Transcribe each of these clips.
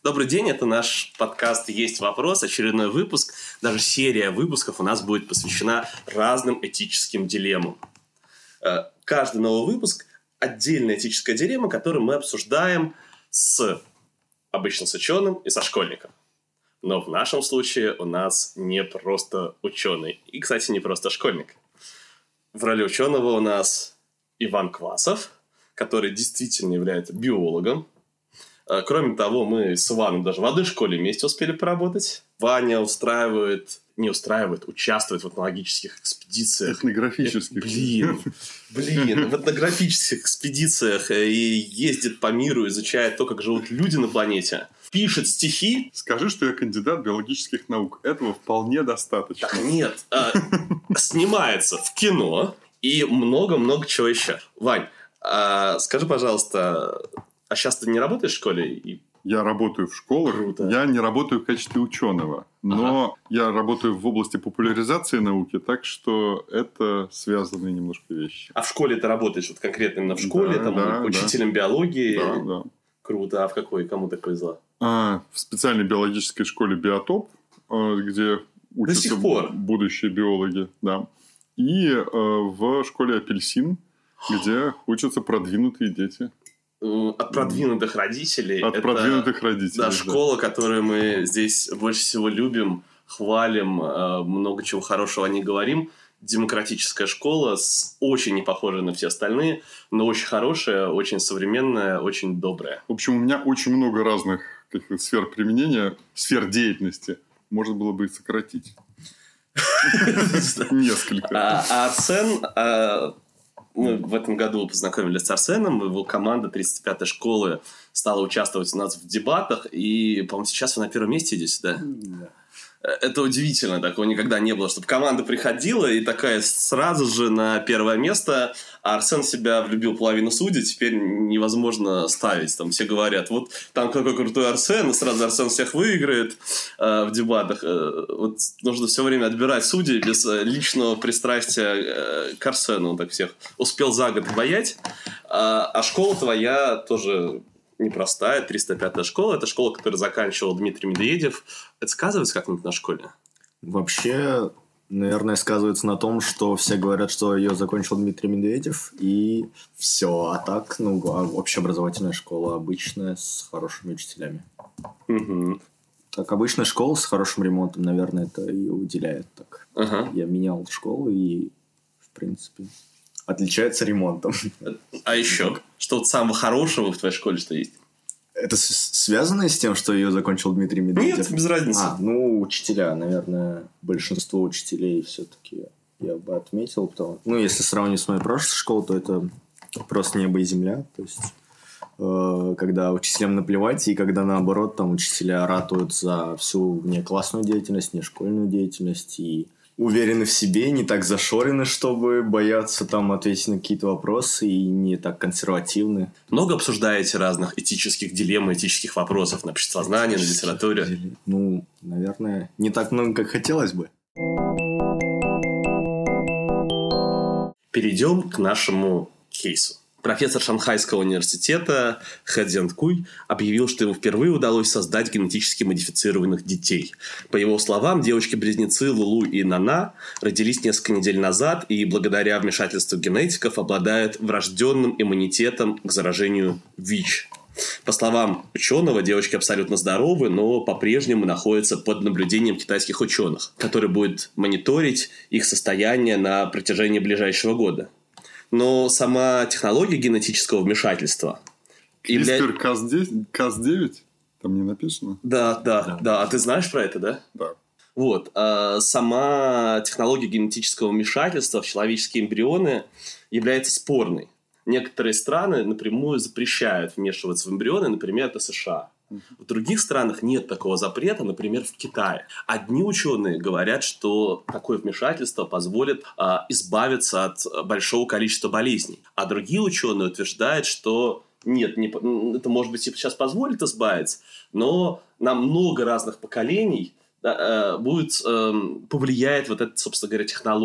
Добрый день, это наш подкаст «Есть вопрос», очередной выпуск. Даже серия выпусков у нас будет посвящена разным этическим дилеммам. Каждый новый выпуск – отдельная этическая дилемма, которую мы обсуждаем обычно с ученым и со школьником. Но в нашем случае у нас не просто ученый. И, кстати, не просто школьник. В роли ученого у нас Иван Квасов, который действительно является биологом. Кроме того, мы с Иваном даже в одной школе вместе успели поработать. Ваня участвует в этнологических экспедициях. Этнографических. В этнографических экспедициях и ездит по миру, изучает то, как живут люди на планете. Пишет стихи. Скажи, что я кандидат биологических наук. Этого вполне достаточно. Так нет. Снимается в кино и много-много чего еще. Вань, скажи, пожалуйста, а сейчас ты не работаешь в школе? Я работаю в школах. Круто. Я не работаю в качестве ученого. Но я работаю в области популяризации науки, так что это связанные немножко вещи. А в школе ты работаешь вот конкретно именно в школе? Учителем биологии? Да. Круто. А в какой? Кому так повезло? В специальной биологической школе «Биотоп», где учатся будущие биологи. Да. И в школе «Апельсин», где учатся продвинутые дети. От продвинутых родителей. Продвинутых родителей. Да, школа, которую мы здесь больше всего любим, хвалим, много чего хорошего о ней говорим. Демократическая школа, очень не похожая на все остальные, но очень хорошая, очень современная, очень добрая. В общем, у меня очень много разных сфер применения, сфер деятельности. Можно было бы и сократить. Несколько. Арсен... Мы в этом году познакомились с Арсеном, его команда 35-й школы стала участвовать у нас в дебатах, и, по-моему, сейчас вы на первом месте идете, да? Да. Это удивительно, такого никогда не было, чтобы команда приходила и такая сразу же на первое место, а Арсен себя влюбил половину судей, теперь невозможно ставить. Там все говорят, вот там какой крутой Арсен, и сразу Арсен всех выиграет в дебатах. Вот нужно все время отбирать судей без личного пристрастия к Арсену. Он так всех успел за год обаять. А школа твоя тоже... непростая, 305-я школа. Это школа, которую заканчивал Дмитрий Медведев. Это сказывается как-нибудь на школе? Вообще, наверное, сказывается на том, что все говорят, что ее закончил Дмитрий Медведев, и все. А так, общеобразовательная школа обычная, с хорошими учителями. Угу. Так, обычная школа с хорошим ремонтом, наверное, это ее выделяет. Так. Я менял школу и, в принципе... отличается ремонтом. А еще? Что вот самого хорошего в твоей школе что есть? Это связано с тем, что ее закончил Дмитрий Медведев? Нет, без разницы. Учителя, наверное, большинство учителей все-таки я бы отметил. Если сравнивать с моей прошлой школой, то это просто небо и земля. То есть, когда учителям наплевать, и когда наоборот, там учителя ратуют за всю внеклассную деятельность, внешкольную деятельность, и уверены в себе, не так зашорены, чтобы бояться там ответить на какие-то вопросы, и не так консервативны. Много обсуждаете разных этических дилемм, этических вопросов на обществознании, на литературе? Наверное, не так много, как хотелось бы. Перейдем к нашему кейсу. Профессор Шанхайского университета Хэ Цзянькуй объявил, что ему впервые удалось создать генетически модифицированных детей. По его словам, девочки-близнецы Лулу и Нана родились несколько недель назад и благодаря вмешательству генетиков обладают врожденным иммунитетом к заражению ВИЧ. По словам ученого, девочки абсолютно здоровы, но по-прежнему находятся под наблюдением китайских ученых, которые будут мониторить их состояние на протяжении ближайшего года. Но сама технология генетического вмешательства... CRISPR-Cas9? Там не написано? Да. А ты знаешь про это, да? Да. Вот. Сама технология генетического вмешательства в человеческие эмбрионы является спорной. Некоторые страны напрямую запрещают вмешиваться в эмбрионы, например, это США. В других странах нет такого запрета, например, в Китае. Одни ученые говорят, что такое вмешательство позволит избавиться от большого количества болезней. А другие ученые утверждают, что нет, это, может быть, сейчас позволит избавиться, но на много разных поколений повлияет вот эта, собственно говоря, технология.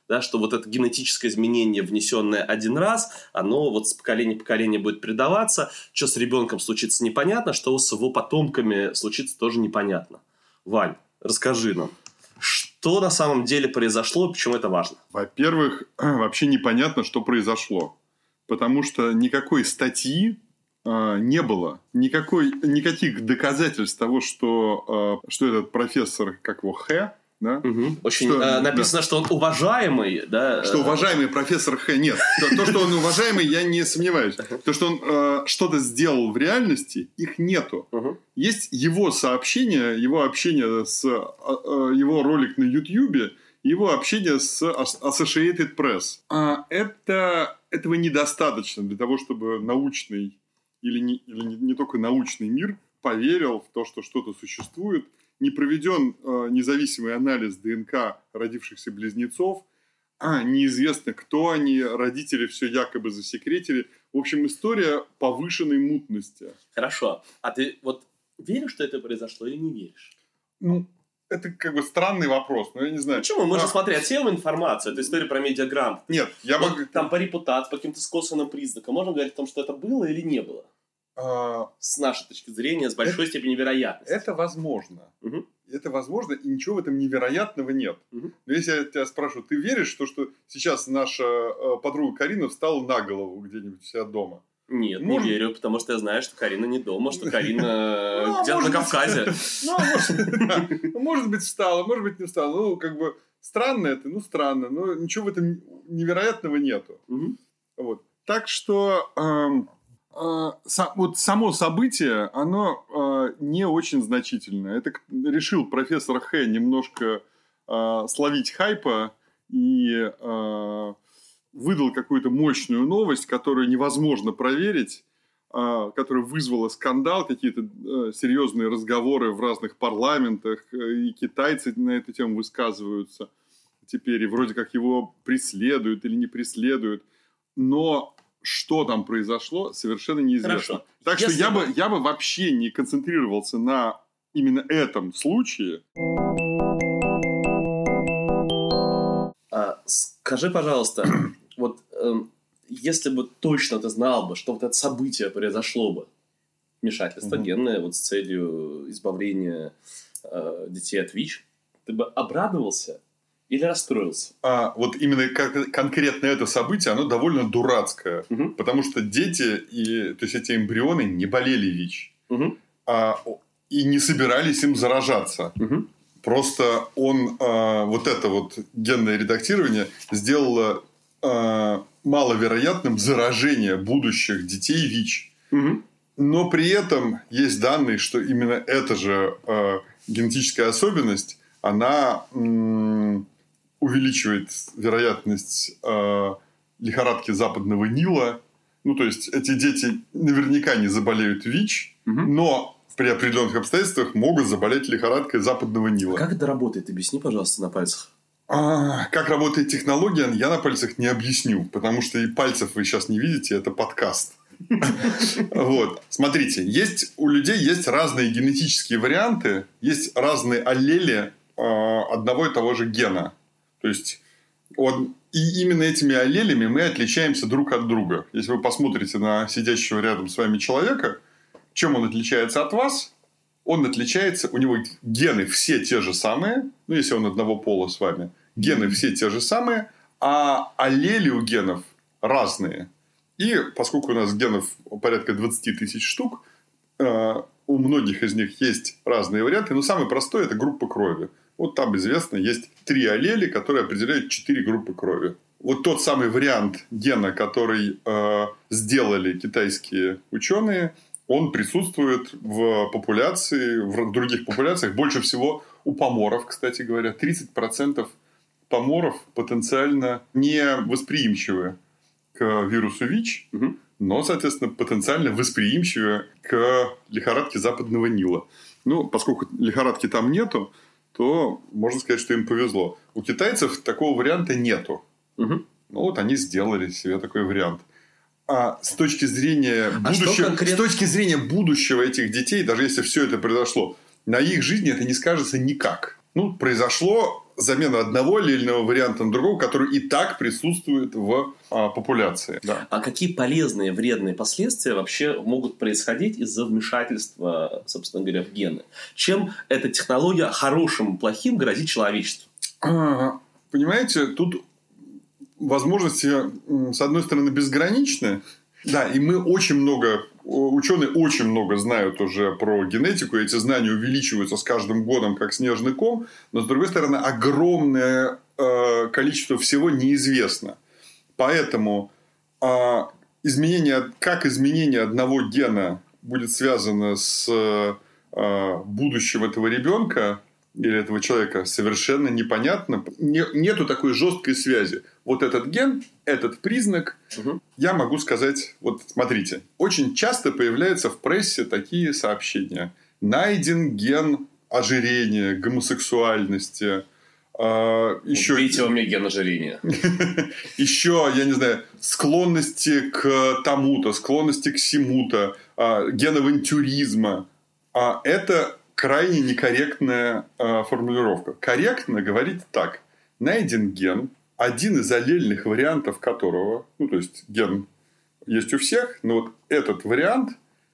да, что вот это генетическое изменение, внесенное один раз, оно вот с поколения в поколение будет передаваться. Что с ребенком случится, непонятно, что с его потомками случится, тоже непонятно. Вань, расскажи нам, что на самом деле произошло и почему это важно? Во-первых, вообще непонятно, что произошло. Потому что никакой статьи не было. Никаких доказательств того, что этот профессор, как его, Хэ, да? Очень написано, что он уважаемый, да? Что уважаемый профессор Хэ. Нет, то, что он уважаемый, я не сомневаюсь. То, что он что-то сделал в реальности, их нету. Есть его сообщения, его общение с его ролик на YouTube, его общение с Associated Press. Этого недостаточно для того, чтобы научный или не только научный мир поверил в то, что что-то существует. Не проведен независимый анализ ДНК родившихся близнецов, неизвестно, кто они, родители все якобы засекретили. В общем, история повышенной мутности. Хорошо. А ты вот веришь, что это произошло, или не веришь? Ну, это как бы странный вопрос, но я не знаю. Почему? Мы же, смотри, отсеем информацию. Это история про медиагрант. Нет, я вот могу... Там по репутации, по каким-то косвенным признакам. Можно говорить о том, что это было или не было? С нашей точки зрения, с большой степенью вероятности. Это возможно. Это возможно, и ничего в этом невероятного нет. Но если я тебя спрашиваю, ты веришь, что сейчас наша подруга Карина встала на голову где-нибудь у себя дома? Нет, не верю, потому что я знаю, что Карина не дома, что Карина где-то на Кавказе. Может быть, встала, может быть, не встала. Ну, как бы, странно это, странно. Но ничего в этом невероятного нету. Вот. Так что... вот само событие, оно не очень значительное. Это решил профессор Хэ немножко словить хайпа и выдал какую-то мощную новость, которую невозможно проверить, которая вызвала скандал, какие-то серьезные разговоры в разных парламентах, и китайцы на эту тему высказываются теперь, и вроде как его преследуют или не преследуют. Но что там произошло, совершенно неизвестно. Хорошо. Так что я бы вообще не концентрировался на именно этом случае. Скажи, пожалуйста, вот если бы точно ты знал бы, что вот это событие произошло бы, вмешательство генное вот с целью избавления детей от ВИЧ, ты бы обрадовался или расстроился? Вот именно конкретно это событие, оно довольно дурацкое. Потому что дети, то есть эти эмбрионы, не болели ВИЧ. И не собирались им заражаться. Просто вот это вот генное редактирование сделало маловероятным заражение будущих детей ВИЧ. Но при этом есть данные, что именно эта же генетическая особенность, она увеличивает вероятность лихорадки западного Нила. Ну, то есть, эти дети наверняка не заболеют ВИЧ, но при определенных обстоятельствах могут заболеть лихорадкой западного Нила. Как это работает? Объясни, пожалуйста, на пальцах. Как работает технология, я на пальцах не объясню, потому что и пальцев вы сейчас не видите, это подкаст. Вот. Смотрите, у людей есть разные генетические варианты, есть разные аллели одного и того же гена. То есть, и именно этими аллелями мы отличаемся друг от друга. Если вы посмотрите на сидящего рядом с вами человека, чем он отличается от вас? Он отличается, у него гены все те же самые, ну, если он одного пола с вами, гены все те же самые, а аллели у генов разные. И поскольку у нас генов порядка 20 тысяч штук, у многих из них есть разные варианты, но самый простой – это группа крови. Вот там известно, есть 3 аллели, которые определяют 4 группы крови. Вот тот самый вариант гена, который сделали китайские ученые, он присутствует в популяции, в других популяциях. Больше всего у поморов, кстати говоря. 30% поморов потенциально не восприимчивы к вирусу ВИЧ, но, соответственно, потенциально восприимчивы к лихорадке западного Нила. Ну, поскольку лихорадки там нету, то можно сказать, что им повезло. У китайцев такого варианта нету. Ну, вот они сделали себе такой вариант. А с точки зрения будущего этих детей, даже если все это произошло, на их жизни это не скажется никак. Ну, произошло, замена одного аллельного варианта на другого, который и так присутствует в популяции. Да. А какие полезные, вредные последствия вообще могут происходить из-за вмешательства, собственно говоря, в гены? Чем эта технология хорошим и плохим грозит человечеству? Понимаете, тут возможности, с одной стороны, безграничны. Да, и ученые очень много знают уже про генетику, и эти знания увеличиваются с каждым годом, как снежный ком, но, с другой стороны, огромное количество всего неизвестно. Поэтому изменение одного гена будет связано с будущим этого ребенка или этого человека, совершенно непонятно. Нету такой жесткой связи. Вот этот ген, этот признак, я могу сказать, вот смотрите, очень часто появляются в прессе такие сообщения. Найден ген ожирения, гомосексуальности. Убейте во мне ген ожирения. Еще, я не знаю, склонности к тому-то, склонности к сему-то, ген авантюризма. Это крайне некорректная формулировка. Корректно говорить так. Найден ген, один из аллельных вариантов которого, то есть ген есть у всех, но вот этот вариант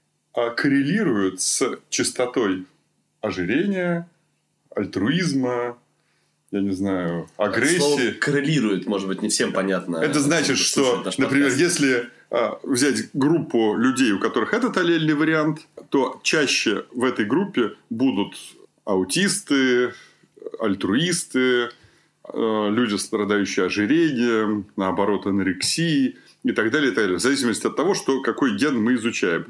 коррелирует с частотой ожирения, альтруизма, я не знаю, агрессии. Слово коррелирует, может быть, не всем понятно. Это значит, что, например, если взять группу людей, у которых этот аллельный вариант, то чаще в этой группе будут аутисты, альтруисты, люди, страдающие ожирением, наоборот, анорексией и так далее, и так далее. В зависимости от того, какой ген мы изучаем.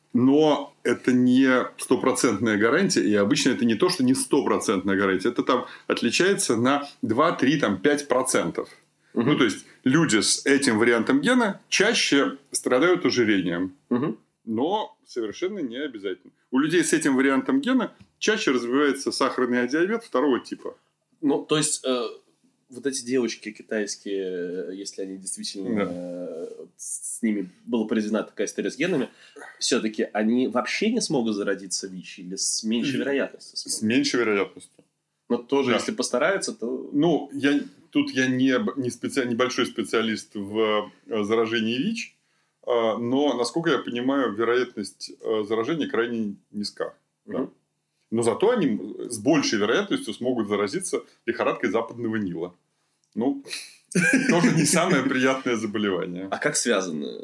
Но это не стопроцентная гарантия. И обычно это не то, что не стопроцентная гарантия. Это там отличается на 2, 3, 5%. То есть, люди с этим вариантом гена чаще страдают ожирением. Но совершенно не обязательно. У людей с этим вариантом гена чаще развивается сахарный диабет второго типа. То есть, вот эти девочки китайские, если они действительно с ними была произведена такая история с генами, все-таки они вообще не смогут зародиться ВИЧ или с меньшей вероятностью? С меньшей вероятностью. Но тоже, если постараются, то... Я небольшой специалист в заражении ВИЧ, но, насколько я понимаю, вероятность заражения крайне низка. Да? Но зато они с большей вероятностью смогут заразиться лихорадкой западного Нила. Тоже не самое приятное заболевание. А как связаны?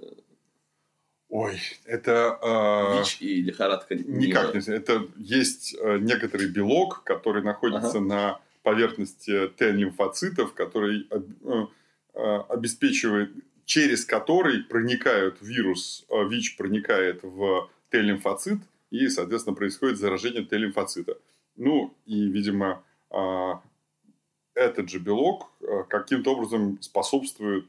Это... ВИЧ и лихорадка Нила? Никак не связано. Это есть некоторый белок, который находится на поверхности Т-лимфоцитов, который обеспечивает, через который проникает вирус, ВИЧ проникает в Т-лимфоцит, и, соответственно, происходит заражение Т-лимфоцита. И, видимо, этот же белок каким-то образом способствует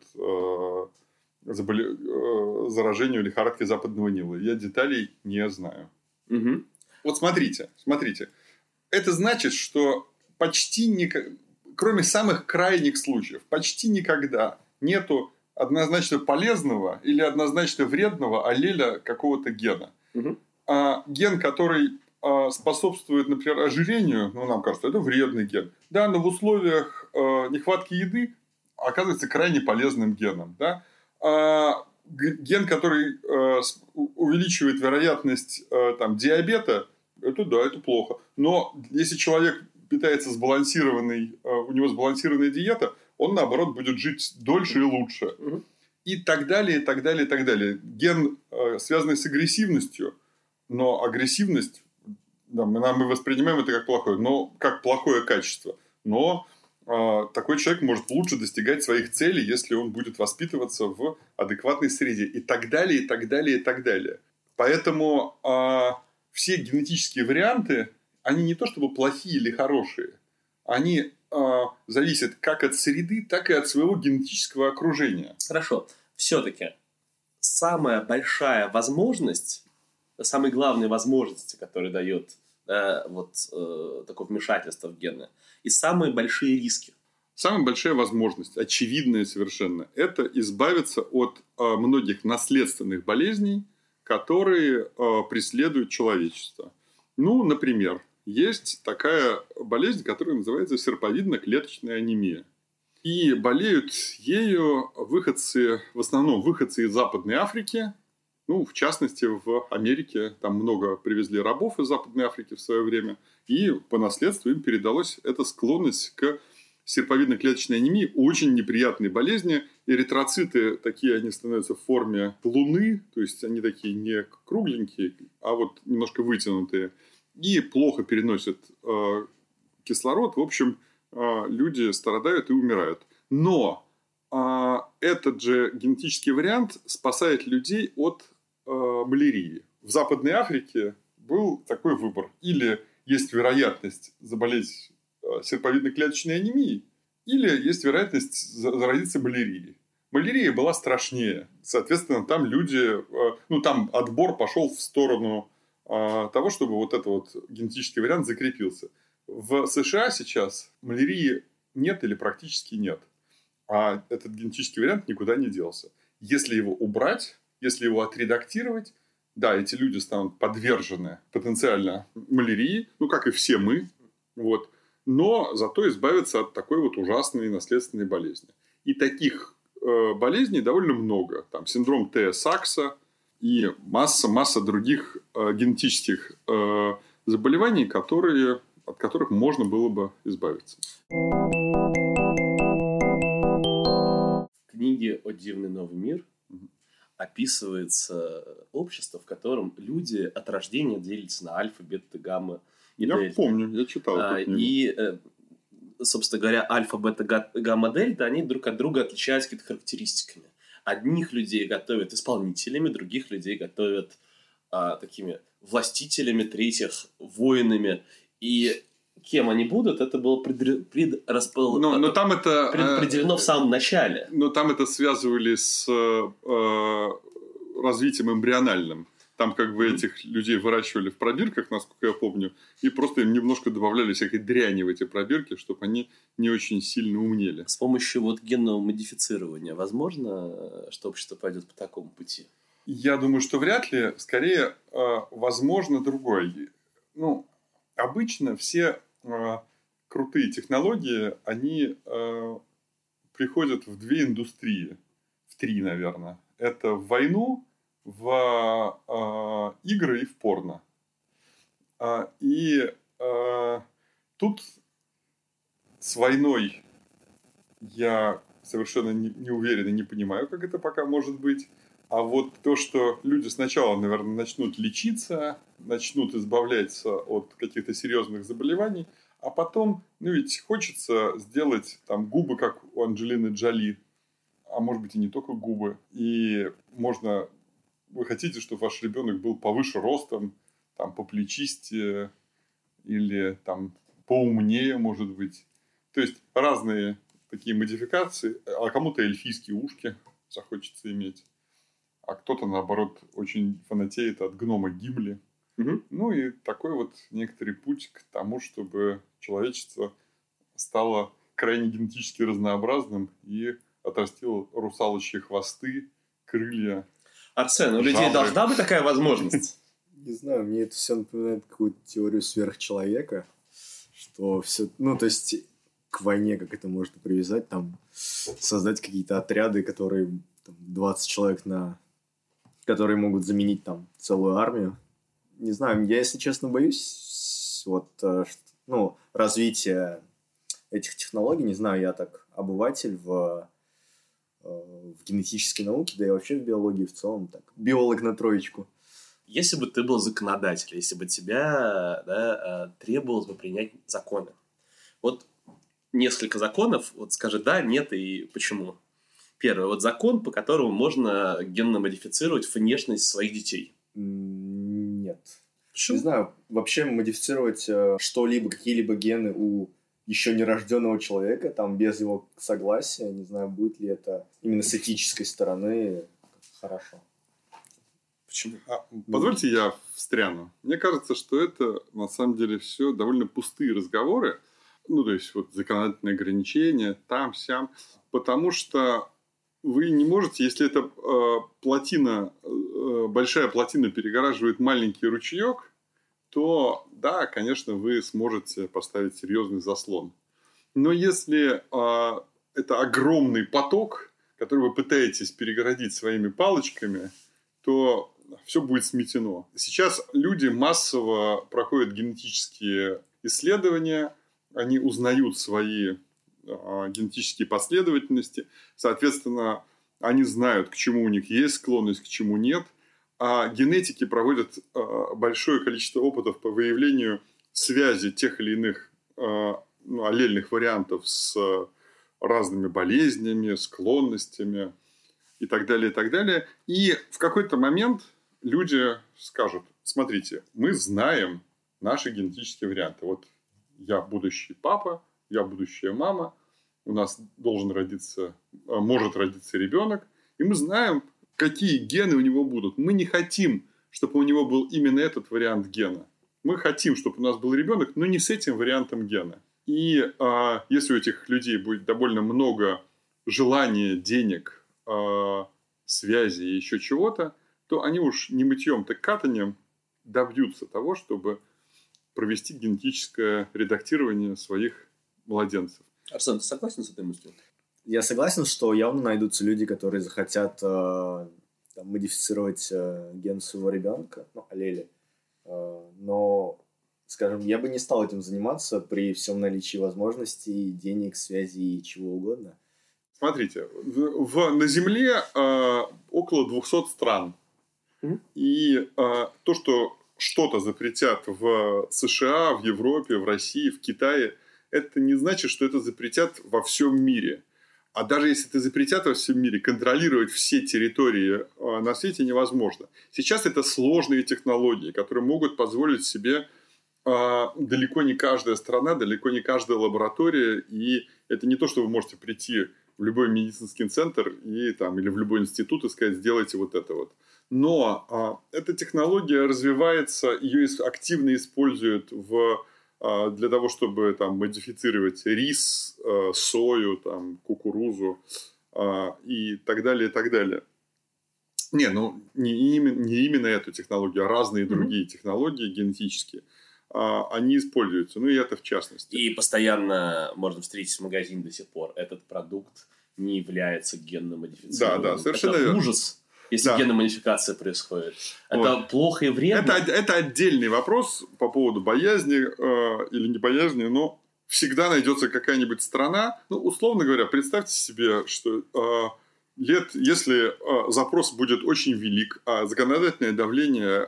заражению лихорадкой западного Нила. Я деталей не знаю. Вот смотрите. Это значит, что кроме самых крайних случаев, почти никогда нету однозначно полезного или однозначно вредного аллеля какого-то гена. Ген, который способствует, например, ожирению, нам кажется, это вредный ген. Да, но в условиях нехватки еды оказывается крайне полезным геном. Да? Ген, который увеличивает вероятность диабета, это плохо. Но если человек питается сбалансированной, у него сбалансированная диета, он, наоборот, будет жить дольше и лучше. И так далее, и так далее, и так далее. Ген, связанный с агрессивностью, но агрессивность, мы воспринимаем это как плохое качество. Но такой человек может лучше достигать своих целей, если он будет воспитываться в адекватной среде. И так далее, и так далее, и так далее. Поэтому все генетические варианты, они не то чтобы плохие или хорошие. Они зависят как от среды, так и от своего генетического окружения. Хорошо. Все-таки самая большая возможность, самые главные возможности, которые дает такое вмешательство в гены, и самые большие риски. Самая большая возможность, очевидная совершенно, это избавиться от многих наследственных болезней, которые преследуют человечество. Например, есть такая болезнь, которая называется серповидно-клеточная анемия. И болеют ею в основном выходцы из Западной Африки. Ну, в частности, в Америке там много привезли рабов из Западной Африки в свое время. И по наследству им передалась эта склонность к серповидно-клеточной анемии, очень неприятные болезни. Эритроциты такие, они становятся в форме луны, то есть они такие не кругленькие, а вот немножко вытянутые. И плохо переносят кислород. В общем, люди страдают и умирают. Но этот же генетический вариант спасает людей от малярии. В Западной Африке был такой выбор. Или есть вероятность заболеть серповидно-клеточной анемией, или есть вероятность заразиться малярией. Малярия была страшнее. Соответственно, там люди... там отбор пошел в сторону того, чтобы вот этот вот генетический вариант закрепился. В США сейчас малярии нет или практически нет. А этот генетический вариант никуда не делся. Если его убрать, если его отредактировать, да, эти люди станут подвержены потенциально малярии, как и все мы, вот, но зато избавятся от такой вот ужасной наследственной болезни. И таких болезней довольно много. Там синдром Tay-Сакса и масса других генетических заболеваний, от которых можно было бы избавиться. В книге «О дивный новый мир» описывается общество, в котором люди от рождения делятся на альфа, бета, гамма и дельта. Я помню, я читал эту книгу. И, собственно говоря, альфа, бета, гамма, дельта, они друг от друга отличаются какими-то характеристиками. Одних людей готовят исполнителями, других людей готовят такими властителями, третьих воинами. И кем они будут, это было предопределено в самом начале. Но там это связывали с развитием эмбриональным. Там этих людей выращивали в пробирках, насколько я помню, и просто им немножко добавляли всякой дряни в эти пробирки, чтобы они не очень сильно умнели. С помощью генного модифицирования возможно, что общество пойдет по такому пути? Я думаю, что вряд ли. Скорее, возможно, другой. Обычно все крутые технологии, они приходят в две индустрии. В три, наверное. Это в войну, в игры и в порно. И тут с войной я совершенно не уверен и не понимаю, как это пока может быть. А вот то, что люди сначала, наверное, начнут лечиться, начнут избавляться от каких-то серьезных заболеваний, а потом, ведь хочется сделать там губы, как у Анджелины Джоли, а может быть и не только губы. И можно... Вы хотите, чтобы ваш ребенок был повыше ростом, там, поплечистее или там, поумнее, может быть. То есть, разные такие модификации. А кому-то эльфийские ушки захочется иметь. А кто-то, наоборот, очень фанатеет от гнома Гимли. Угу. И такой вот некоторый путь к тому, чтобы человечество стало крайне генетически разнообразным и отрастило русалочьи хвосты, крылья. Арсен, у людей должна быть такая возможность? Не знаю, мне это все напоминает какую-то теорию сверхчеловека, что все, то есть к войне, как это можно привязать, там создать какие-то отряды, которые 20 человек которые могут заменить там целую армию. Не знаю, я, если честно, боюсь развития этих технологий. Не знаю, я так обыватель в генетической науке, да и вообще в биологии в целом. Так, биолог на троечку. Если бы ты был законодатель, если бы тебя требовалось бы принять законы. Вот несколько законов, скажи да, нет и почему. Первый, закон, по которому можно генно модифицировать внешность своих детей. Нет. Почему? Не знаю, вообще модифицировать что-либо, какие-либо гены у еще нерожденного человека, там, без его согласия, не знаю, будет ли это именно с этической стороны хорошо. Почему? Позвольте я встряну. Мне кажется, что это на самом деле все довольно пустые разговоры. То есть, законодательные ограничения, там-сям. Потому что вы не можете, если эта большая плотина перегораживает маленький ручеек, то да, конечно, вы сможете поставить серьезный заслон. Но если это огромный поток, который вы пытаетесь перегородить своими палочками, то все будет сметено. Сейчас люди массово проходят генетические исследования, они узнают свои генетические последовательности, соответственно, они знают, к чему у них есть склонность, к чему нет. А генетики проводят большое количество опытов по выявлению связи тех или иных аллельных вариантов с разными болезнями, склонностями и так далее, и так далее. И в какой-то момент люди скажут: смотрите, мы знаем наши генетические варианты. Вот я будущий папа, я будущая мама, у нас может родиться ребенок, и мы знаем, какие гены у него будут. Мы не хотим, чтобы у него был именно этот вариант гена. Мы хотим, чтобы у нас был ребенок, но не с этим вариантом гена. И если у этих людей будет довольно много желания, денег, связи и еще чего-то, то они уж не мытьем, так катанием добьются того, чтобы провести генетическое редактирование своих младенцев. Арсен, ты согласен с этой мыслью? Я согласен, что явно найдутся люди, которые захотят модифицировать ген своего ребенка, аллели. Но, скажем, я бы не стал этим заниматься при всем наличии возможностей, денег, связей и чего угодно. Смотрите, на Земле около 200 стран. И то, что что-то запретят в США, в Европе, в России, в Китае, это не значит, что это запретят во всем мире. А даже если это запретят во всем мире, контролировать все территории на свете невозможно. Сейчас это сложные технологии, которые могут позволить себе далеко не каждая страна, далеко не каждая лаборатория. И это не то, что вы можете прийти в любой медицинский центр или в любой институт и сказать: сделайте вот это вот. Но эта технология развивается, ее активно используют для того, чтобы модифицировать рис, сою, кукурузу и так далее, и так далее. Не именно эту технологию, а разные другие технологии генетические, они используются. И это в частности. И постоянно можно встретить в магазине до сих пор. Этот продукт не является генно модифицированным. Да, совершенно это верно. Ужас. Если геномодификация происходит. Это плохо и вредно. Это отдельный вопрос по поводу боязни или не боязни, но всегда найдется какая-нибудь страна. Условно говоря, представьте себе, что если запрос будет очень велик, а законодательное давление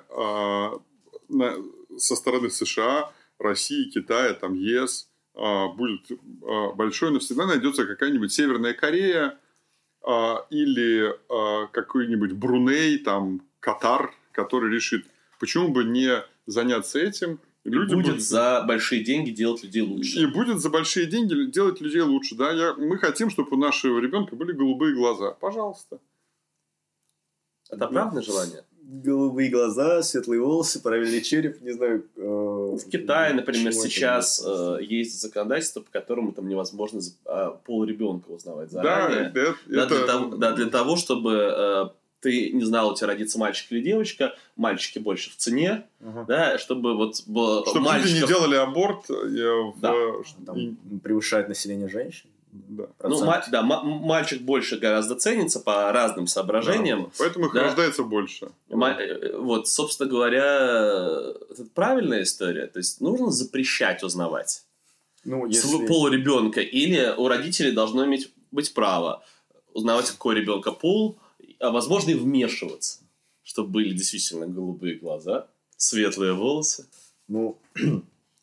со стороны США, России, Китая, ЕС будет большое, но всегда найдется какая-нибудь Северная Корея, или какой-нибудь Бруней, Катар, который решит, почему бы не заняться этим. Люди будет за большие деньги делать людей лучше. И будет за большие деньги делать людей лучше. Да? Мы хотим, чтобы у нашего ребенка были голубые глаза. Пожалуйста. Это правильное желание? Голубые глаза, светлые волосы, правильный череп, не знаю. В Китае, например, сейчас есть законодательство, по которому невозможно пол ребенка узнавать заранее. Для того, чтобы ты не знал, у тебя родится мальчик или девочка, мальчики больше в цене, чтобы чтобы люди не делали аборт. Превышает население женщин. Да. Мальчик больше гораздо ценится по разным соображениям. Поэтому их рождается больше. Собственно говоря, это правильная история. То есть нужно запрещать узнавать пол ребенка, или у родителей должно быть право узнавать, какой ребенка пол, а возможно и вмешиваться, чтобы были действительно голубые глаза, светлые волосы. Не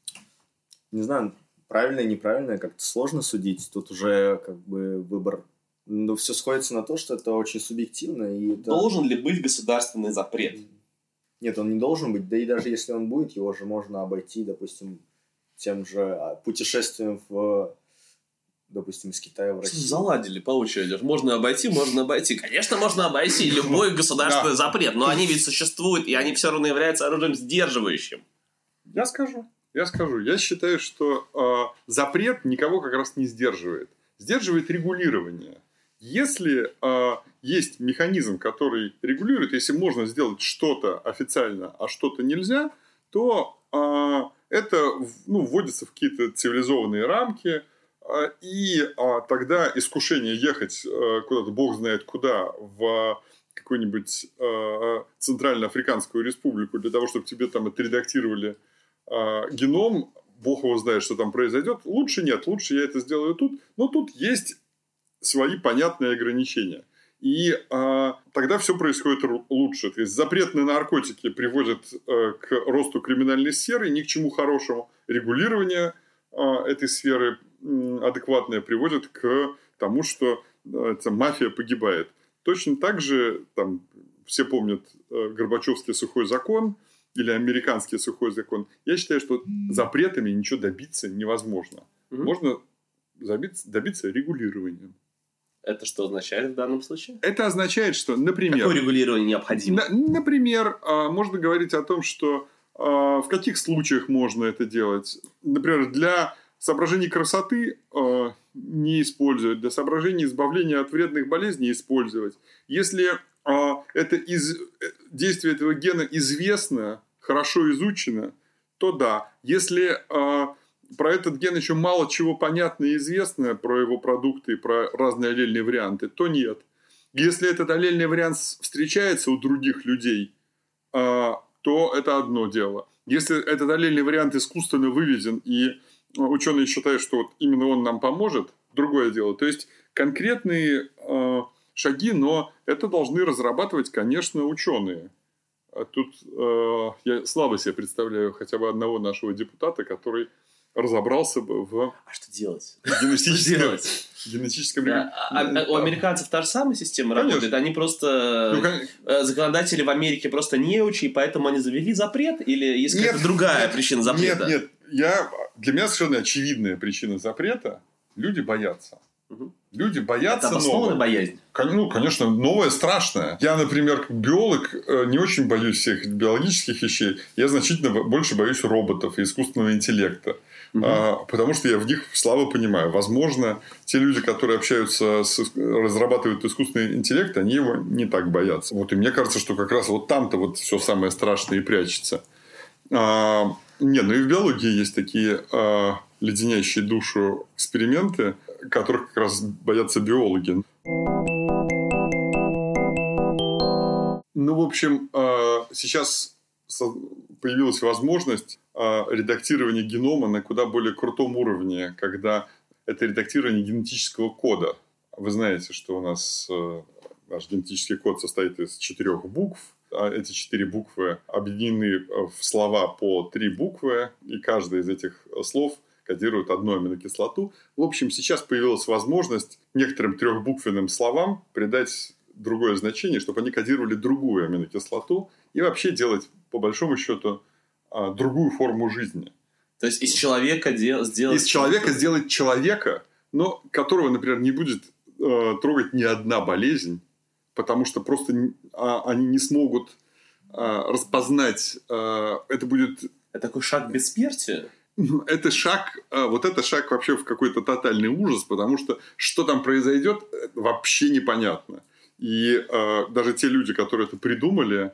знаю. Правильное, неправильное, как-то сложно судить. Тут уже выбор. Но все сходится на то, что это очень субъективно. Должен ли быть государственный запрет? Нет, он не должен быть. Да и даже если он будет, его же можно обойти, допустим, тем же путешествием допустим, из Китая в Россию. Заладили по очереди. Можно обойти. Конечно, можно обойти любой государственный запрет. Но они ведь существуют, и они все равно являются оружием сдерживающим. Я скажу. Я считаю, что запрет никого как раз не сдерживает. Сдерживает регулирование. Если есть механизм, который регулирует, если можно сделать что-то официально, а что-то нельзя, то это вводится в какие-то цивилизованные рамки, и тогда искушение ехать куда-то, бог знает куда, в какую-нибудь Центральноафриканскую республику для того, чтобы тебе там отредактировали геном, бог его знает, что там произойдет. Лучше нет, лучше я это сделаю тут. Но тут есть свои понятные ограничения. И тогда все происходит лучше. То есть запрет на наркотики приводит к росту криминальной сферы, ни к чему хорошему. Регулирование этой сферы адекватное приводит к тому, что мафия погибает. Точно так же там, все помнят Горбачевский сухой закон или американский сухой закон. Я считаю, что запретами ничего добиться невозможно. Можно добиться регулированием. Это что означает в данном случае? Это означает, что, например... Какое регулирование необходимо? Например, можно говорить о том, что в каких случаях можно это делать. Например, для соображений красоты не использовать, для соображений избавления от вредных болезней использовать. Если действие этого гена известно, хорошо изучено, то да. Если про этот ген еще мало чего понятно и известно, про его продукты, про разные аллельные варианты, то нет. Если этот аллельный вариант встречается у других людей, то это одно дело. Если этот аллельный вариант искусственно выведен, и ученые считают, что вот именно он нам поможет, другое дело. То есть конкретные шаги, но это должны разрабатывать, конечно, ученые. Тут я слабо себе представляю хотя бы одного нашего депутата, который разобрался бы в... А что делать? Генетическом У американцев та же самая система работает? Они просто... Законодатели в Америке просто неучи, и поэтому они завели запрет? Или есть какая-то другая причина запрета? Нет. Для меня совершенно очевидная причина запрета. Люди боятся. Люди боятся нового. Это обоснованная боязнь? Конечно, новое страшное. Я, например, как биолог, не очень боюсь всех биологических вещей. Я значительно больше боюсь роботов и искусственного интеллекта. Потому что я в них слабо понимаю. Возможно, те люди, которые разрабатывают искусственный интеллект, они его не так боятся. И мне кажется, что как раз вот там-то все самое страшное и прячется. И в биологии есть такие леденящие душу эксперименты, которых как раз боятся биологи. В общем, сейчас появилась возможность редактирования генома на куда более крутом уровне, когда это редактирование генетического кода. Вы знаете, что у нас наш генетический код состоит из 4 букв. Эти 4 буквы объединены в слова по 3 буквы, и каждая из этих слов кодирует одну аминокислоту. В общем, сейчас появилась возможность некоторым 3-буквенным словам придать другое значение, чтобы они кодировали другую аминокислоту и вообще делать, по большому счету, другую форму жизни. То есть из человека сделать... Из человека сделать человека, но которого, например, не будет трогать ни одна болезнь, потому что просто они не смогут распознать. Это будет... Это такой шаг к бессмертию? Это шаг вообще в какой-то тотальный ужас, потому что там произойдет, вообще непонятно. И даже те люди, которые это придумали,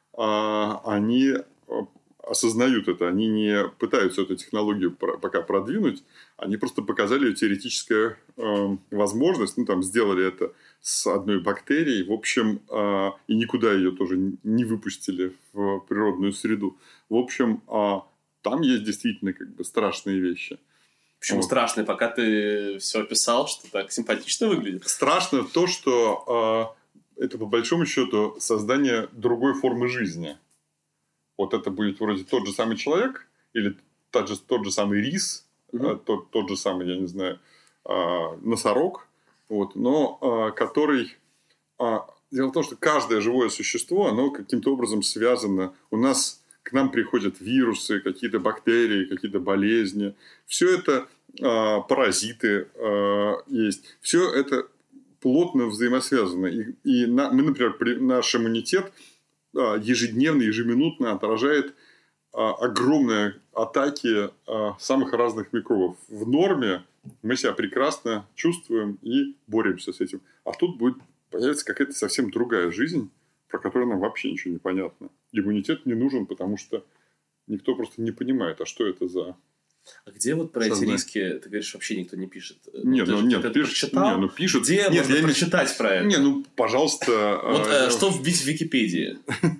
они осознают это. Они не пытаются эту технологию пока продвинуть. Они просто показали ее теоретическую возможность. Сделали это с одной бактерией. В общем, и никуда ее тоже не выпустили в природную среду. В общем, там есть действительно страшные вещи. Почему страшные? Пока ты все описал, что так симпатично выглядит. Страшно то, что это по большому счету создание другой формы жизни. Вот это будет вроде тот же самый человек, или тот же самый рис, тот же самый, я не знаю, носорог, но который... Дело в том, что каждое живое существо, оно каким-то образом связано. К нам приходят вирусы, какие-то бактерии, какие-то болезни. Все это паразиты есть. Все это плотно взаимосвязано. И мы, например, наш иммунитет ежедневно, ежеминутно отражает огромные атаки самых разных микробов. В норме мы себя прекрасно чувствуем и боремся с этим. А тут появится какая-то совсем другая жизнь, про которую нам вообще ничего не понятно. Иммунитет не нужен, потому что никто просто не понимает, а что это за... А где вот про эти риски, ты говоришь, вообще никто не пишет? Нет, пишет. Пишут. Где нет, можно прочитать про это? Не, пожалуйста. Вот что вбить в Википедии?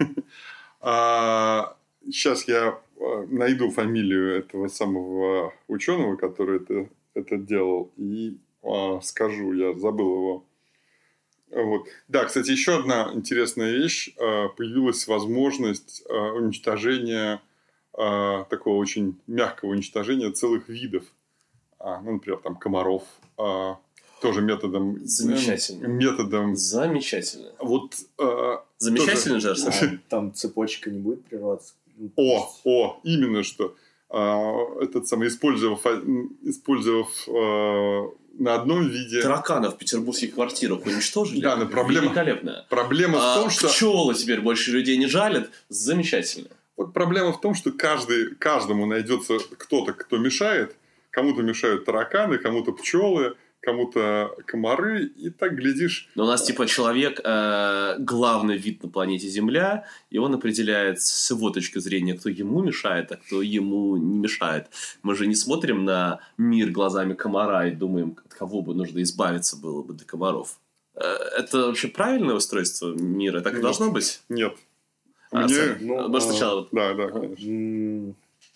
Сейчас я найду фамилию этого самого ученого, который это делал, и скажу, я забыл его. Вот. Да, кстати, еще одна интересная вещь. Появилась возможность уничтожения, такого очень мягкого уничтожения целых видов. Например, там комаров. Тоже методом... Замечательно. Замечательно. Вот, замечательно же, Арсен. Там цепочка не будет прерваться. Именно что. Этот самый, использовав на одном виде... Тараканов в петербургских квартирах уничтожили. Да, но проблема... Великолепно. Проблема в том, что... Пчелы теперь больше людей не жалят. Замечательно. Вот проблема в том, что каждому найдется кто-то, кто мешает. Кому-то мешают тараканы, кому-то пчелы, кому-то комары, и так глядишь... Но у нас типа человек главный вид на планете Земля, и он определяет с его точки зрения, кто ему мешает, а кто ему не мешает. Мы же не смотрим на мир глазами комара и думаем, от кого бы нужно избавиться было бы для комаров. Это вообще правильное устройство мира? Так и должно быть? Нет. Может, сначала... Да, конечно.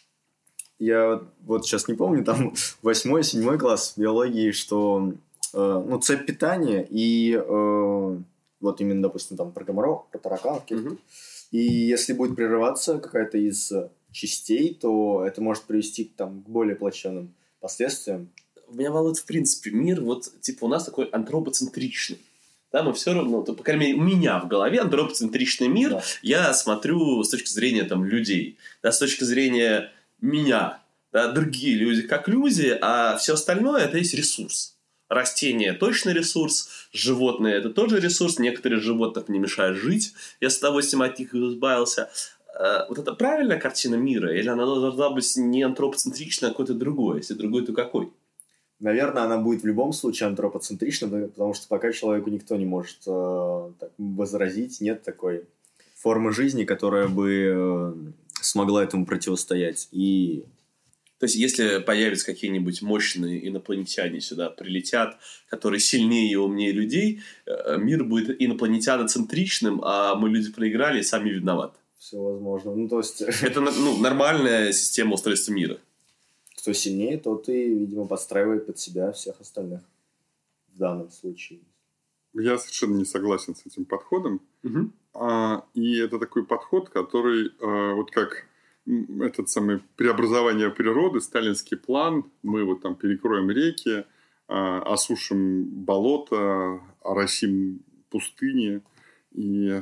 Я вот сейчас не помню, там 8-7 класс биологии, что цепь питания и вот именно, допустим, там про комаров, про тараканов. И если будет прерываться какая-то из частей, то это может привести к более плачевным последствиям. Меня волнует, в принципе, мир, вот, типа, у нас такой антропоцентричный. Да, мы все равно, по крайней мере, у меня в голове антропоцентричный мир, да. Я смотрю с точки зрения людей, да, с точки зрения меня, да, другие люди как люди, а все остальное это есть ресурс. Растения точно ресурс, животные это тоже ресурс, некоторые животных не мешают жить, я с удовольствием от них избавился. Вот это правильная картина мира, или она должна быть не антропоцентричная, а какой-то другой, если другой, то какой? Наверное, она будет в любом случае антропоцентрична, потому что пока человеку никто не может возразить, нет такой формы жизни, которая бы смогла этому противостоять. То есть, если появятся какие-нибудь мощные инопланетяне сюда прилетят, которые сильнее и умнее людей, мир будет инопланетяноцентричным, а мы люди проиграли и сами виноваты. Все возможно. То есть... Это нормальная система устройства мира. Кто сильнее, тот и, видимо, подстраивает под себя всех остальных в данном случае. Я совершенно не согласен с этим подходом. Угу. И это такой подход, который вот как этот самый преобразование природы, сталинский план, мы вот там перекроем реки, осушим болото, оросим пустыни. И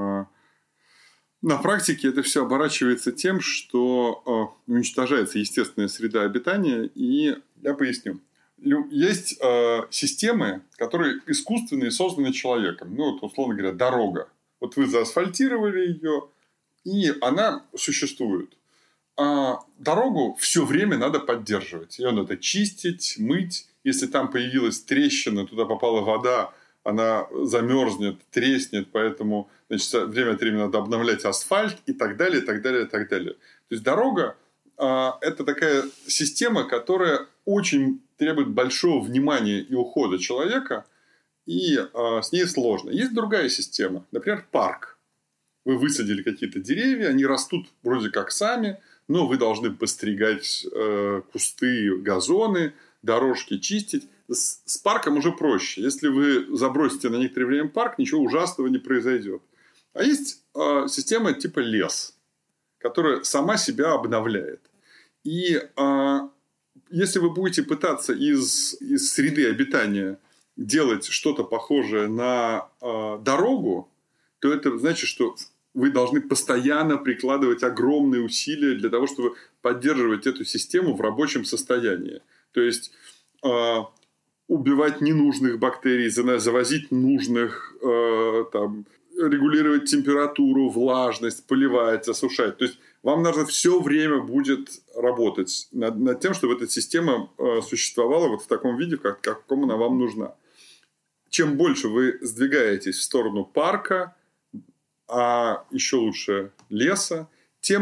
на практике это все оборачивается тем, что уничтожается естественная среда обитания. И я поясню. Есть системы, которые искусственные, созданы человеком. Условно говоря, дорога. Вот вы заасфальтировали ее, и она существует. А дорогу все время надо поддерживать. Ее надо чистить, мыть. Если там появилась трещина, туда попала вода, она замерзнет, треснет. Поэтому время от времени надо обновлять асфальт и так далее, и так далее, и так далее. То есть дорога это такая система, которая очень требует большого внимания и ухода человека, и с ней сложно. Есть другая система, например, парк. Вы высадили какие-то деревья, они растут вроде как сами, но вы должны постригать кусты, газоны, дорожки чистить. С парком уже проще. Если вы забросите на некоторое время парк, ничего ужасного не произойдет. А есть система типа лес, которая сама себя обновляет. И если вы будете пытаться из среды обитания делать что-то похожее на дорогу, то это значит, что вы должны постоянно прикладывать огромные усилия для того, чтобы поддерживать эту систему в рабочем состоянии. То есть убивать ненужных бактерий, завозить нужных, регулировать температуру, влажность, поливать, осушать. То есть вам нужно все время будет работать над тем, чтобы эта система существовала вот в таком виде, в каком она вам нужна. Чем больше вы сдвигаетесь в сторону парка, а еще лучше леса, тем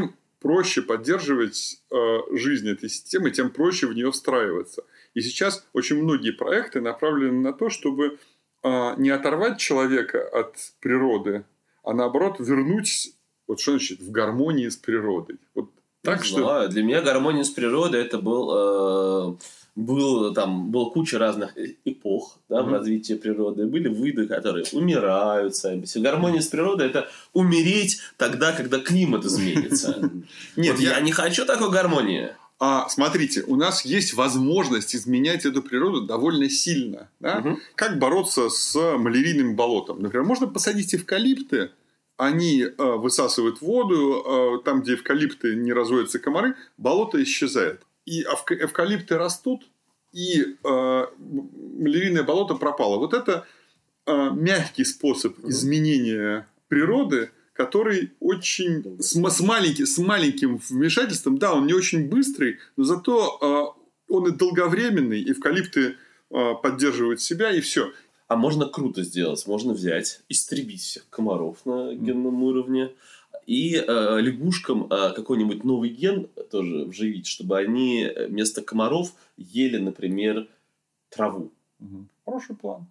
проще поддерживать жизнь этой системы, тем проще в нее встраиваться. И сейчас очень многие проекты направлены на то, чтобы не оторвать человека от природы, а наоборот вернуть, вот что значит, в гармонии с природой. Вот так, не знаю. Для меня гармония с природой это был куча разных эпох, да, в развитии природы. Были виды, которые умирают сами. Гармония с природой – это умереть тогда, когда климат изменится. Нет, я не хочу такой гармонии. Смотрите, у нас есть возможность изменять эту природу довольно сильно. Да? Как бороться с малярийным болотом? Например, можно посадить эвкалипты, они высасывают воду, там, где эвкалипты не разводятся комары, болото исчезает. И эвкалипты растут, и малярийное болото пропало. Вот это мягкий способ изменения природы, который очень с маленьким вмешательством, да, он не очень быстрый, но зато он и долговременный, эвкалипты поддерживают себя, и все. А можно круто сделать. Можно взять, истребить всех комаров на генном уровне и лягушкам какой-нибудь новый ген тоже вживить, чтобы они вместо комаров ели, например, траву. Хороший план.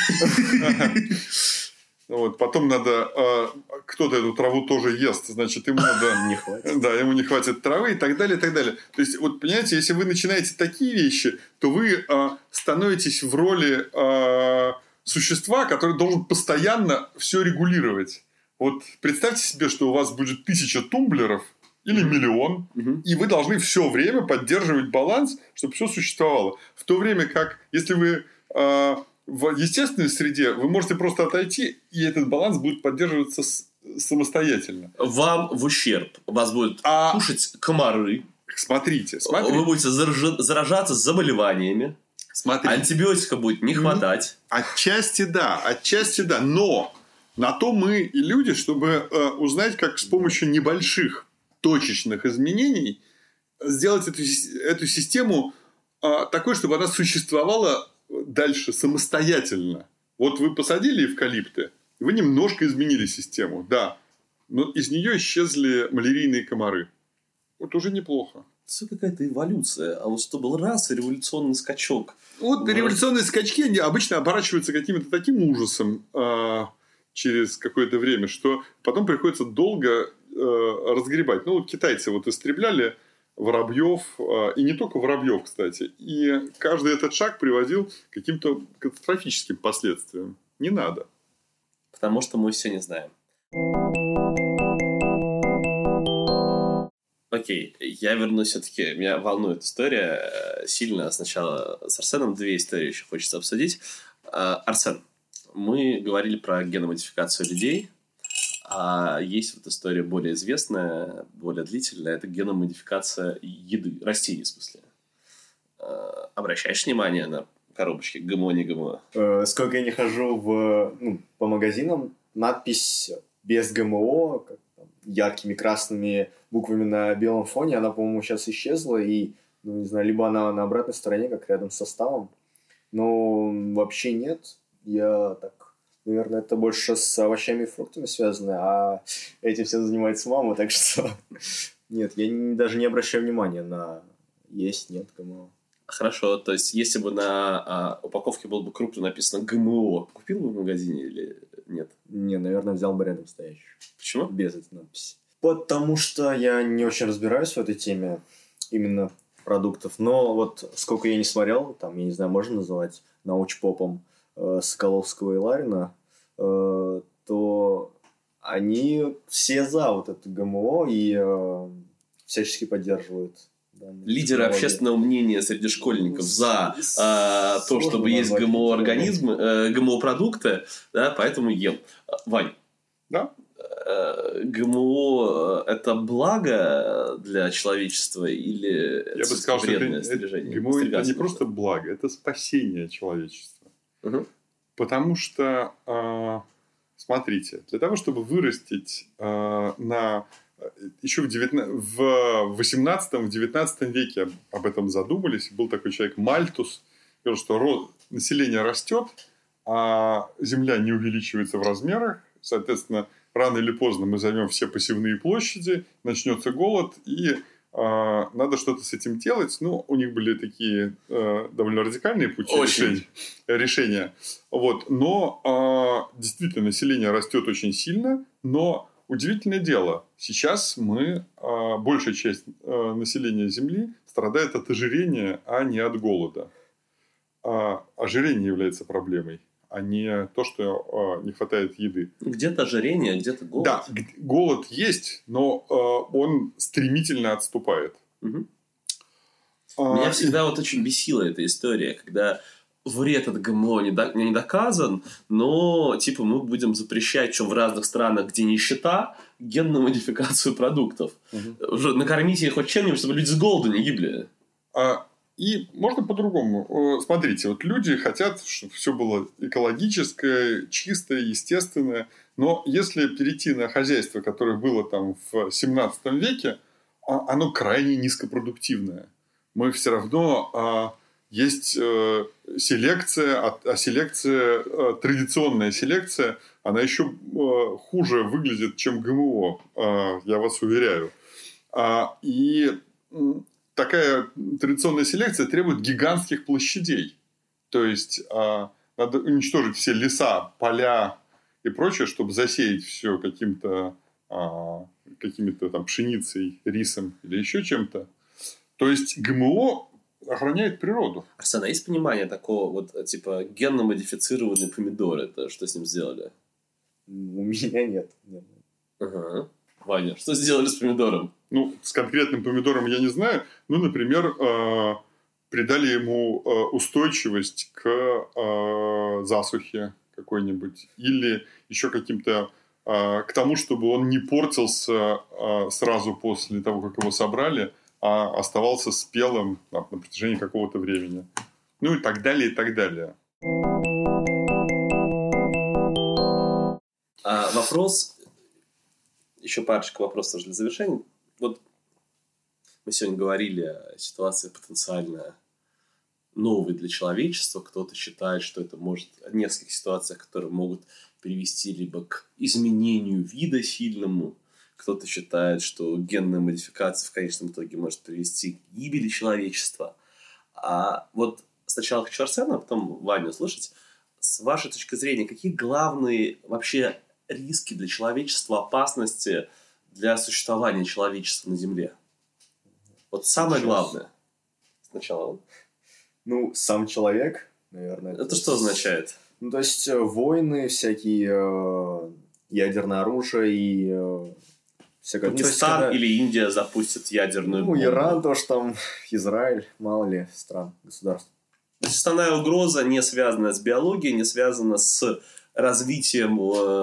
Вот, потом надо... кто-то эту траву тоже ест, значит, ему надо... Не хватит. Да, ему не хватит травы и так далее, и так далее. То есть, вот, понимаете, если вы начинаете такие вещи, то вы становитесь в роли существа, который должен постоянно все регулировать. Вот представьте себе, что у вас будет 1000 тумблеров или 1 000 000, и вы должны все время поддерживать баланс, чтобы все существовало. В то время как, если вы... в естественной среде вы можете просто отойти, и этот баланс будет поддерживаться самостоятельно. Вам в ущерб. Вас будут кушать комары. Смотрите. Вы будете заражаться заболеваниями. Смотрите. Антибиотика будет не хватать. Отчасти да. Но на то мы и люди, чтобы узнать, как с помощью небольших точечных изменений сделать эту систему такой, чтобы она существовала дальше самостоятельно. Вот вы посадили эвкалипты, вы немножко изменили систему, да, но из нее исчезли малярийные комары. Вот уже неплохо. Это какая-то эволюция. А вот что был раз революционный скачок. Вот революционные скачки, они обычно оборачиваются каким-то таким ужасом через какое-то время, что потом приходится долго разгребать. Ну, вот китайцы вот истребляли воробьев, и не только воробьев, кстати. И каждый этот шаг приводил к каким-то катастрофическим последствиям. Не надо. Потому что мы все не знаем. Окей, я вернусь все-таки. Меня волнует история сильно. Сначала с Арсеном 2 истории еще хочется обсудить. Арсен, мы говорили про геномодификацию людей. А есть вот история более известная, более длительная. Это геномодификация еды, растений в смысле. Обращаешь внимание на коробочки ГМО, не ГМО? Сколько я не хожу по магазинам, надпись без ГМО, как, там, яркими красными буквами на белом фоне, она, по-моему, сейчас исчезла. И, не знаю, либо она на обратной стороне, как рядом с составом. Но вообще нет. Я так... Наверное, это больше с овощами и фруктами связано, а этим всем занимается мама, так что... Нет, я даже не обращаю внимания на есть, нет, ГМО. Хорошо, то есть, если бы на упаковке было бы крупно написано ГМО, купил бы в магазине или нет? Не, наверное, взял бы рядом стоящую. Почему? Без этой надписи. Потому что я не очень разбираюсь в этой теме именно продуктов, но вот сколько я не смотрел, там, я не знаю, можно называть научпопом, Соколовского и Ларина, то они все за вот это ГМО и всячески поддерживают. Лидеры общественного мнения среди школьников за то, чтобы есть ГМО-организмы, ГМО-продукты, да, поэтому ем. Вань, да? ГМО – это благо для человечества или я бы сказал, вредное что снаряжение? ГМО – это не просто благо, это спасение человечества. Потому что, смотрите, для того, чтобы вырастить еще в 18-19 веке об этом задумались, был такой человек Мальтус, сказал, что население растет, а Земля не увеличивается в размерах, соответственно, рано или поздно мы займем все посевные площади, начнется голод, и надо что-то с этим делать. Ну, у них были такие довольно радикальные пути решения. Вот. Но действительно, население растет очень сильно, но удивительное дело, сейчас большая часть населения Земли страдает от ожирения, а не от голода. Ожирение является проблемой, а не то, что не хватает еды. Где-то ожирение, где-то голод. Да, голод есть, но он стремительно отступает. Угу. Меня всегда вот очень бесила эта история, когда вред от ГМО не доказан, но типа мы будем запрещать, что в разных странах, где нищета, генную модификацию продуктов. Уже накормите их хоть чем-нибудь, чтобы люди с голоду не гибли. И можно по-другому. Смотрите, вот люди хотят, чтобы все было экологическое, чистое, естественное. Но если перейти на хозяйство, которое было там в 17 веке, оно крайне низкопродуктивное. Мы все равно... Есть селекция, а селекция, традиционная селекция, она еще хуже выглядит, чем ГМО, я вас уверяю. И такая традиционная селекция требует гигантских площадей. То есть, надо уничтожить все леса, поля и прочее, чтобы засеять все какими-то там пшеницей, рисом или еще чем-то. То есть, ГМО охраняет природу. Арсен, а есть понимание такого, вот, типа, генно-модифицированный помидор, это что с ним сделали? У меня нет. Ага. Ваня, что сделали с помидором? Ну, с конкретным помидором я не знаю. Ну, например, придали ему устойчивость к засухе какой-нибудь. Или еще каким-то... к тому, чтобы он не портился сразу после того, как его собрали, а оставался спелым на протяжении какого-то времени. Ну и так далее, и так далее. Вопрос, еще парочка вопросов для завершения. Вот мы сегодня говорили о ситуации потенциально новой для человечества. Кто-то считает, что это может в нескольких ситуациях, которые могут привести либо к изменению вида сильному. Кто-то считает, что генная модификация в конечном итоге может привести к гибели человечества. А вот сначала хочу Арсена, а потом Ваню слушать. С вашей точки зрения, какие главные вообще риски для человечества, опасности для существования человечества на Земле? Вот самое главное. Сначала. Ну, сам человек, наверное. Это что означает? Ну, то есть, войны, всякие ядерное оружие и... Пакистан или Индия запустят ядерную бомбу. Ну, Иран тоже там, Израиль, мало ли стран, государств. То есть основная угроза не связана с биологией, не связана с развитием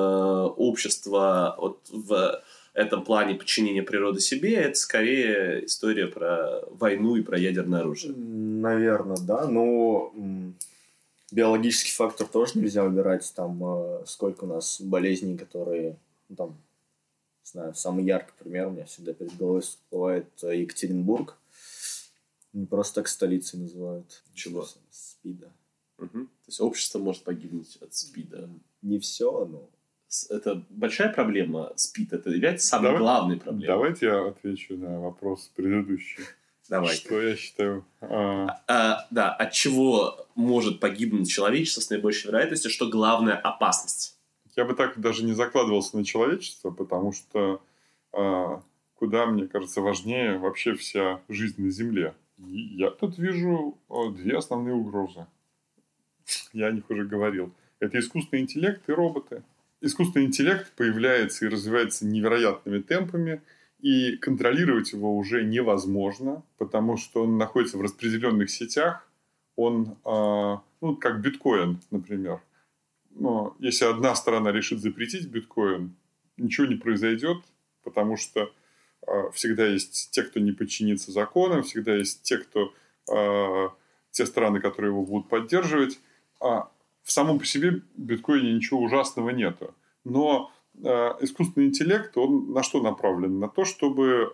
общества вот в этом плане подчинения природы себе. Это скорее история про войну и про ядерное оружие. Наверное, да. Но биологический фактор тоже нельзя убирать. Там сколько у нас болезней, которые... Ну, там, не знаю, самый яркий пример у меня всегда перед головой всплывает Екатеринбург. Не просто так столицей называют. Чего? СПИДа. Угу. То есть общество может погибнуть от СПИДа. Не все, но... Это большая проблема, СПИД. Это является самой главной проблемой. Давайте я отвечу на вопрос предыдущий. Давай. Что я считаю... Да, от чего может погибнуть человечество с наибольшей вероятностью, что главная опасность? Я бы так даже не закладывался на человечество, потому что куда, мне кажется, важнее вообще вся жизнь на Земле. И я тут вижу две основные угрозы. Я о них уже говорил. Это искусственный интеллект и роботы. Искусственный интеллект появляется и развивается невероятными темпами, и контролировать его уже невозможно, потому что он находится в распределенных сетях. Он, ну, как биткоин, например. Но если одна сторона решит запретить биткоин, ничего не произойдет, потому что всегда есть те, кто не подчинится законам, всегда есть те страны, которые его будут поддерживать. В самом по себе в биткоине ничего ужасного нету. Но искусственный интеллект, он на что направлен? На то, чтобы...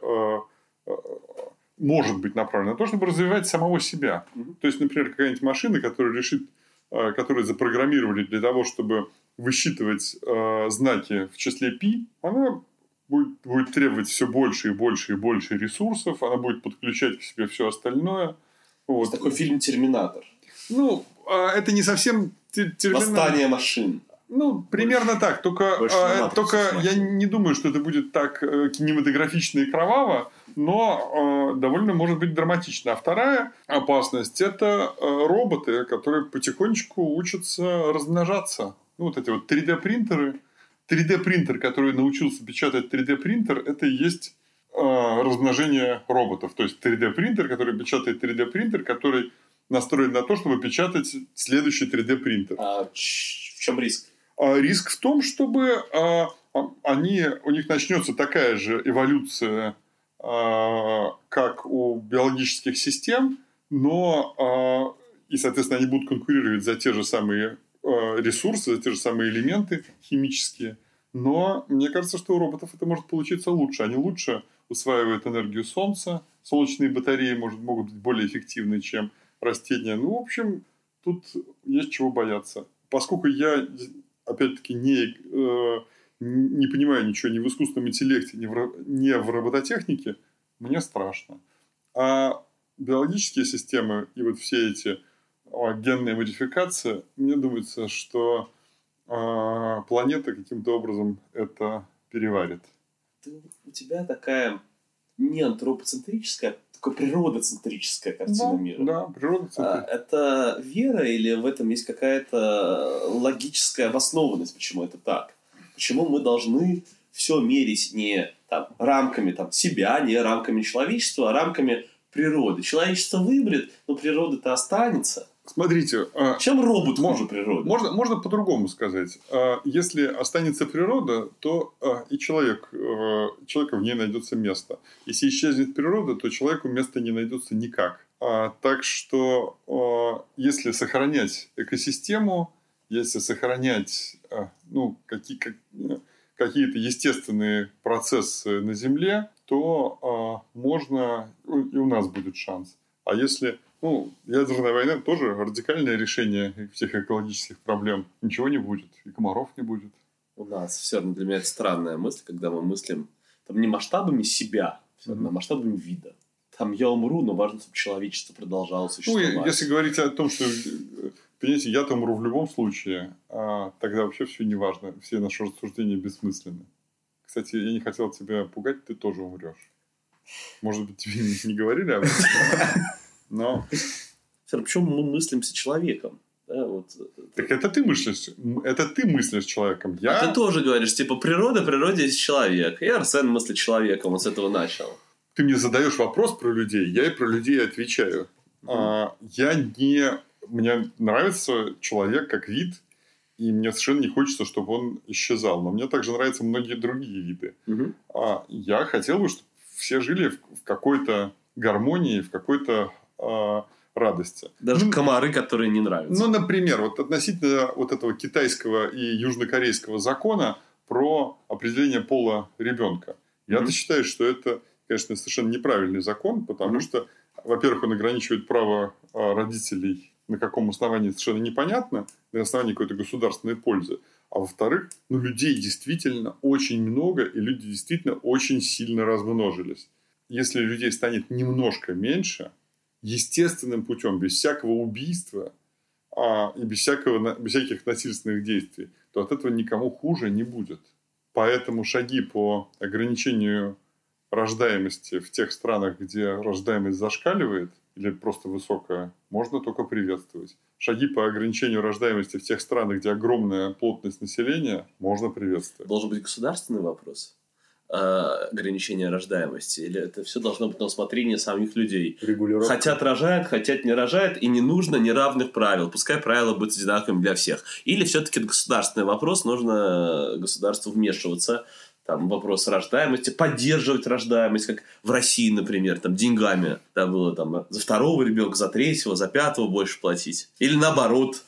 может быть направлен на то, чтобы развивать самого себя. То есть, например, какая-нибудь машина, которая решит... которые запрограммировали для того, чтобы высчитывать знаки в числе π, она будет требовать все больше и больше и больше ресурсов, она будет подключать к себе все остальное. Вот. Есть такой фильм «Терминатор». Ну, это не совсем терминатор. «Восстание машин». Ну, примерно больше, так. Только я не думаю, что это будет так кинематографично и кроваво, но довольно может быть драматично. А вторая опасность – это роботы, которые потихонечку учатся размножаться. Ну, вот эти вот 3D-принтеры. 3D-принтер, который научился печатать 3D-принтер, это и есть размножение роботов. То есть 3D-принтер, который печатает 3D-принтер, который настроен на то, чтобы печатать следующий 3D-принтер. А в чем риск? Риск в том, чтобы у них начнется такая же эволюция, как у биологических систем, но и, соответственно, они будут конкурировать за те же самые ресурсы, за те же самые элементы химические. Но мне кажется, что у роботов это может получиться лучше. Они лучше усваивают энергию Солнца. Солнечные батареи могут быть более эффективны, чем растения. Ну, в общем, тут есть чего бояться. Поскольку я, опять-таки, не понимаю ничего ни в искусственном интеллекте, ни в робототехнике, мне страшно. А биологические системы и вот все эти генные модификации, мне думается, что планета каким-то образом это переварит. У тебя такая не антропоцентрическая, такая природоцентрическая картина мира. Да, природоцентрическая. Это вера или в этом есть какая-то логическая обоснованность, почему это так? Почему мы должны все мерить не рамками себя, не рамками человечества, а рамками природы? Человечество выберет, но природа-то останется. Смотрите, чем робот хуже природы? Можно по-другому сказать. Если останется природа, то и человеку в ней найдется место. Если исчезнет природа, то человеку места не найдется никак. Так что, если сохранять экосистему, если сохранять какие-то естественные процессы на Земле, то можно и у нас будет шанс. А если ядерная война тоже радикальное решение всех экологических проблем. Ничего не будет. И комаров не будет. У нас все равно для меня это странная мысль, когда мы мыслим не масштабами себя, а масштабами вида. Я умру, но важно, чтобы человечество продолжало существовать. Если говорить о том, что, понимаете, я-то умру в любом случае, тогда вообще все не важно. Все наши рассуждения бессмысленны. Кстати, я не хотел тебя пугать, ты тоже умрешь. Может быть, тебе не говорили об этом? Но... Почему мы мыслимся человеком? Да, Так это ты мыслишь человеком. А ты тоже говоришь, природе есть человек. И Арсен мыслит человеком, он с этого начал. Ты мне задаешь вопрос про людей, я и про людей отвечаю. Мне нравится человек как вид, и мне совершенно не хочется, чтобы он исчезал. Но мне также нравятся многие другие виды. Я хотел бы, чтобы все жили в какой-то гармонии, в какой-то радости. Даже комары, которые не нравятся. Например, относительно этого китайского и южнокорейского закона про определение пола ребенка. Я-то считаю, что это, конечно, совершенно неправильный закон, потому что, во-первых, он ограничивает право родителей на каком основании совершенно непонятно, на основании какой-то государственной пользы. А во-вторых, людей действительно очень много, и люди действительно очень сильно размножились. Если людей станет немножко меньше, естественным путем, без всякого убийства и без всяких насильственных действий, то от этого никому хуже не будет. Поэтому шаги по ограничению рождаемости в тех странах, где рождаемость зашкаливает или просто высокая, можно только приветствовать. Шаги по ограничению рождаемости в тех странах, где огромная плотность населения, можно приветствовать. Должен быть государственный вопрос ограничения рождаемости? Или это все должно быть на усмотрение самих людей? Регулировка. Хотят рожают, хотят не рожают, и не нужно неравных правил. Пускай правила будут одинаковыми для всех. Или все-таки это государственный вопрос, нужно государству вмешиваться вопрос рождаемости, поддерживать рождаемость, как в России, например, деньгами. Было за второго ребенка, за третьего, за пятого больше платить. Или наоборот,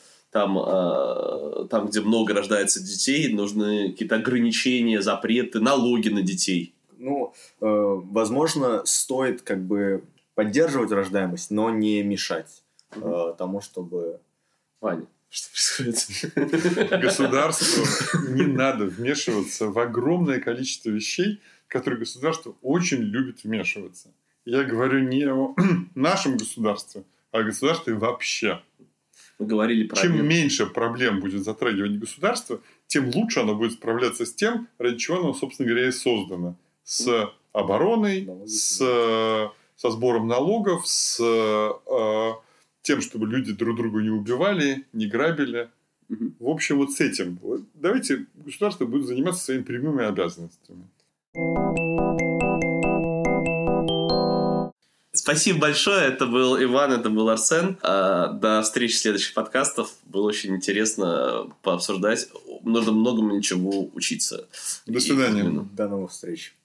где много рождается детей, нужны какие-то ограничения, запреты, налоги на детей. Возможно, стоит поддерживать рождаемость, но не мешать тому, чтобы... Ваня, Что происходит? Государству не надо вмешиваться в огромное количество вещей, в которые государство очень любит вмешиваться. Я говорю не о нашем государстве, а о государстве вообще. Мы говорили про Чем меньше проблем будет затрагивать государство, тем лучше оно будет справляться с тем, ради чего оно, собственно говоря, и создано. С обороной, со сбором налогов, с тем, чтобы люди друг друга не убивали, не грабили. В общем, вот с этим. Давайте государство будет заниматься своими прямыми обязанностями. Спасибо большое. Это был Иван, это был Арсен. До встречи в следующих подкастах. Было очень интересно пообсуждать. Нужно многому ничего учиться. До свидания. До новых встреч.